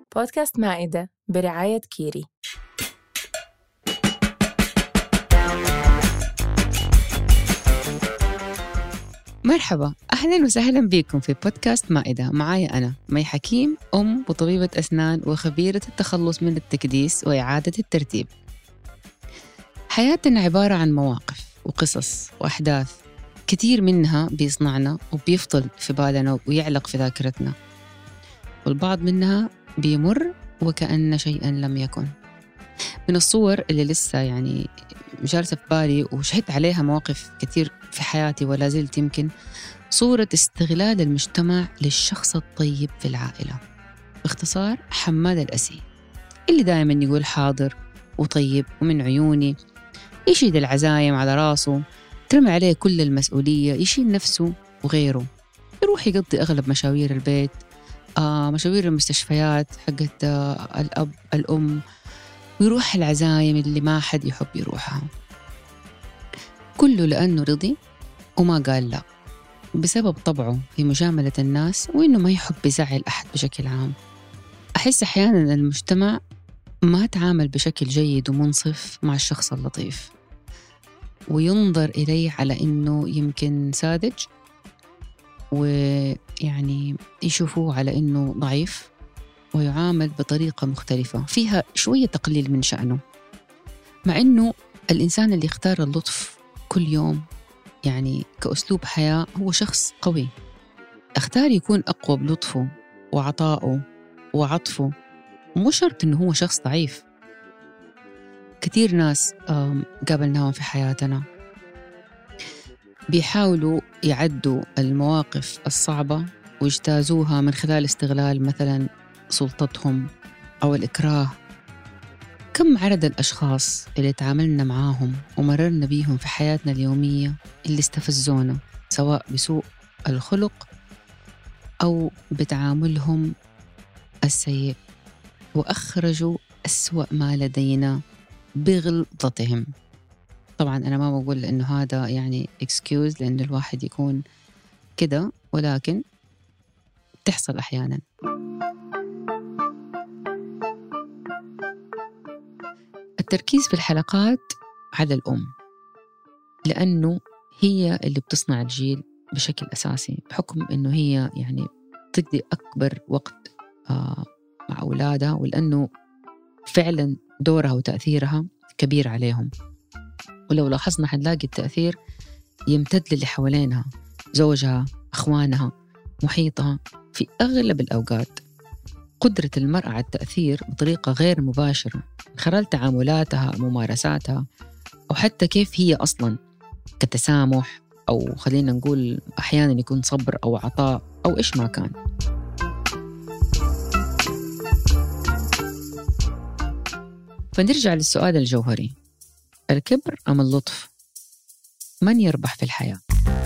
بودكاست مائدة برعاية كيري. مرحبا، أهلا وسهلا بكم في بودكاست مائدة. معايا أنا مي حكيم، أم وطبيبة أسنان وخبيرة التخلص من التكديس وإعادة الترتيب. حياتنا عبارة عن مواقف وقصص وأحداث، كثير منها بيصنعنا وبيفضل في بالنا ويعلق في ذاكرتنا، والبعض منها بيمر وكأن شيئا لم يكن. من الصور اللي لسه جالسة في بالي وشهدت عليها مواقف كثير في حياتي ولا زلت، يمكن صورة استغلال المجتمع للشخص الطيب في العائلة، باختصار حماد الأسي، اللي دائما يقول حاضر وطيب ومن عيوني، يشيل العزايم على راسه، ترمي عليه كل المسؤولية، يشيل نفسه وغيره، يروح يقضي أغلب مشاوير البيت، مشاوير المستشفيات حقت الأب الأم، ويروح العزايم اللي ما حد يحب يروحها، كله لأنه رضي وما قال لا، بسبب طبعه في مجاملة الناس وإنه ما يحب يزعل أحد بشكل عام. أحس أحيانا المجتمع ما تعامل بشكل جيد ومنصف مع الشخص اللطيف، وينظر إليه على إنه يمكن ساذج، ويعني يشوفوه على إنه ضعيف، ويعامل بطريقة مختلفة فيها شوية تقليل من شأنه، مع إنه الإنسان اللي اختار اللطف كل يوم كأسلوب حياة هو شخص قوي، اختار يكون أقوى بلطفه وعطائه وعطفه، مو شرط إنه هو شخص ضعيف. كثير ناس قابلناهم في حياتنا بيحاولوا يعدوا المواقف الصعبة ويجتازوها من خلال استغلال مثلا سلطتهم أو الإكراه. كم عدد الأشخاص اللي تعاملنا معاهم ومررنا بيهم في حياتنا اليومية اللي استفزونا، سواء بسوء الخلق أو بتعاملهم السيء، وأخرجوا أسوأ ما لدينا بغلطتهم. طبعا أنا ما بقول إنه هذا excuse لأن الواحد يكون كده، ولكن تحصل أحيانا. التركيز في الحلقات على الأم، لأنه هي اللي بتصنع الجيل بشكل أساسي، بحكم إنه هي تقضي أكبر وقت مع أولادها، ولأنه فعلا دورها وتأثيرها كبير عليهم. ولو لاحظنا حنلاقي التأثير يمتد للي حوالينها، زوجها، أخوانها، محيطها. في أغلب الأوقات قدرة المرأة على التأثير بطريقة غير مباشرة من خلال تعاملاتها، ممارساتها، أو حتى كيف هي أصلاً كتسامح، أو خلينا نقول أحياناً يكون صبر أو عطاء أو إيش ما كان. فنرجع للسؤال الجوهري: الكبر أم اللطف؟ من يربح في الحياة؟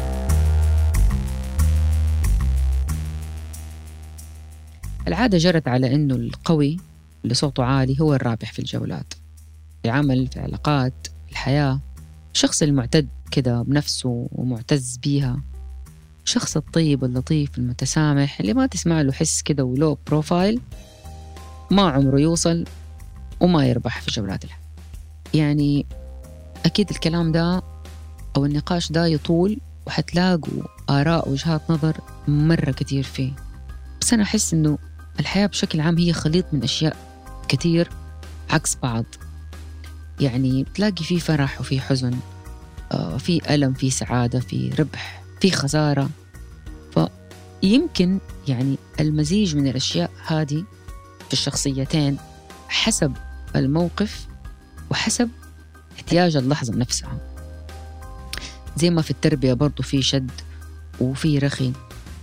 العادة جرت على أنه القوي اللي صوته عالي هو الرابح في الجولات، في العمل، في العلاقات، في الحياة. الشخص المعتد كده بنفسه ومعتز بيها، الشخص الطيب اللطيف المتسامح اللي ما تسمع له حس كده ولو بروفايل، ما عمره يوصل وما يربح في جولات الحياة. أكيد الكلام ده أو النقاش ده يطول، وحتلاقوا آراء وجهات نظر مرة كتير فيه، بس أنا أحس إنه الحياة بشكل عام هي خليط من أشياء كتير عكس بعض. بتلاقي فيه فرح وفيه حزن، فيه ألم، فيه سعادة، فيه ربح، فيه خسارة. فيمكن المزيج من الأشياء هذه في الشخصيتين حسب الموقف وحسب احتياج اللحظة نفسها. زي ما في التربية برضو في شد وفي رخي،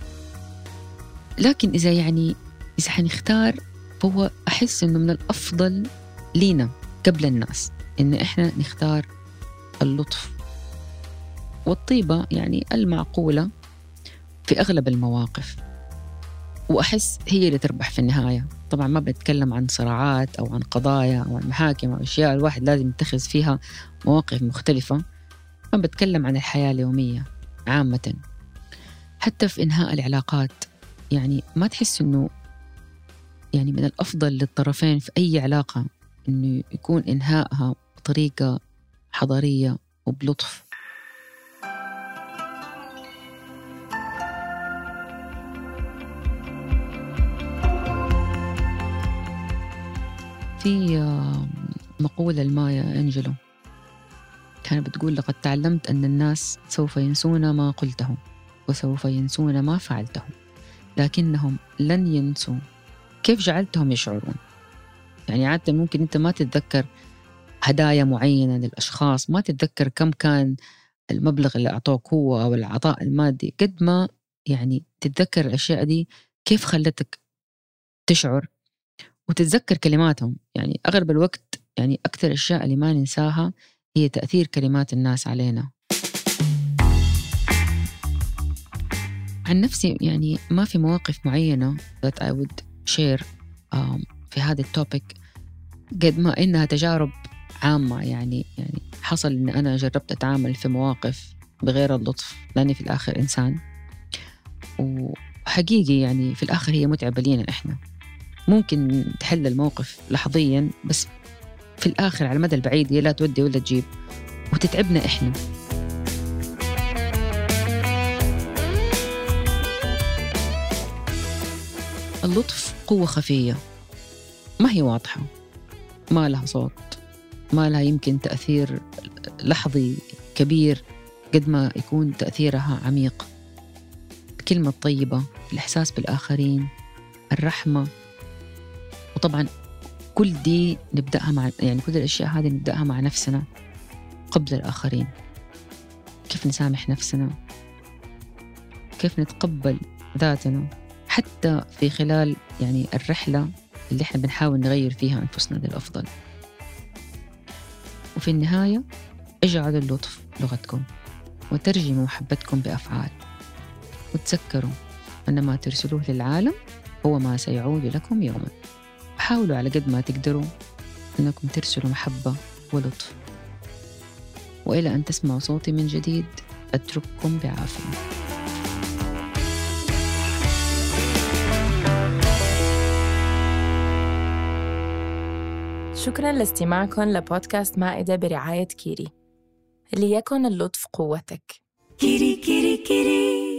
لكن إذا حنختار، فهو أحس إنه من الأفضل لينا قبل الناس إن إحنا نختار اللطف والطيبة المعقولة في أغلب المواقف، وأحس هي اللي تربح في النهاية. طبعا ما بنتكلم عن صراعات أو عن قضايا أو عن محاكم أو أشياء الواحد لازم يتخذ فيها مواقف مختلفة، ما بتكلم عن الحياة اليومية عامة. حتى في إنهاء العلاقات ما تحس إنه يعني من الأفضل للطرفين في أي علاقة إنه يكون إنهائها بطريقة حضارية وبلطف. في مقولة لمايا أنجلو كانت بتقول: لقد تعلمت أن الناس سوف ينسون ما قلته وسوف ينسون ما فعلته، لكنهم لن ينسوا كيف جعلتهم يشعرون. يعني عادة ممكن أنت ما تتذكر هدايا معينة للأشخاص، ما تتذكر كم كان المبلغ اللي أعطوك هو أو العطاء المادي، قد ما يعني تتذكر الأشياء دي كيف خلتك تشعر، وتتذكر كلماتهم. يعني أغلب الوقت يعني أكثر الأشياء اللي ما ننساها هي تأثير كلمات الناس علينا. عن نفسي يعني ما في مواقف معينة that I would share في هذا التوبيك، قد ما إنها تجارب عامة. يعني حصل إن أنا جربت أتعامل في مواقف بغير اللطف، لأني في الآخر إنسان، وحقيقي يعني في الآخر هي متعبة لينا إحنا. ممكن تحل الموقف لحظيا، بس في الآخر على المدى البعيد هي لا تودي ولا تجيب وتتعبنا إحنا. اللطف قوة خفية ما هي واضحة، ما لها صوت، ما لها يمكن تأثير لحظي كبير، قد ما يكون تأثيرها عميق. الكلمة الطيبة، الإحساس بالآخرين، الرحمة، وطبعا كل دي نبدأها مع يعني كل الأشياء هذه نبدأها مع نفسنا قبل الآخرين. كيف نسامح نفسنا، كيف نتقبل ذاتنا، حتى في خلال يعني الرحلة اللي احنا بنحاول نغير فيها أنفسنا للأفضل. وفي النهاية اجعلوا اللطف لغتكم وترجموا محبتكم بأفعال، وتذكروا أن ما ترسلوه للعالم هو ما سيعود لكم يوما. حاولوا على قد ما تقدروا أنكم ترسلوا محبة ولطف. وإلى أن تسمعوا صوتي من جديد أترككم بعافية. شكراً لاستماعكم لبودكاست مائدة برعاية كيري. ليكن اللطف قوتك. كيري كيري كيري.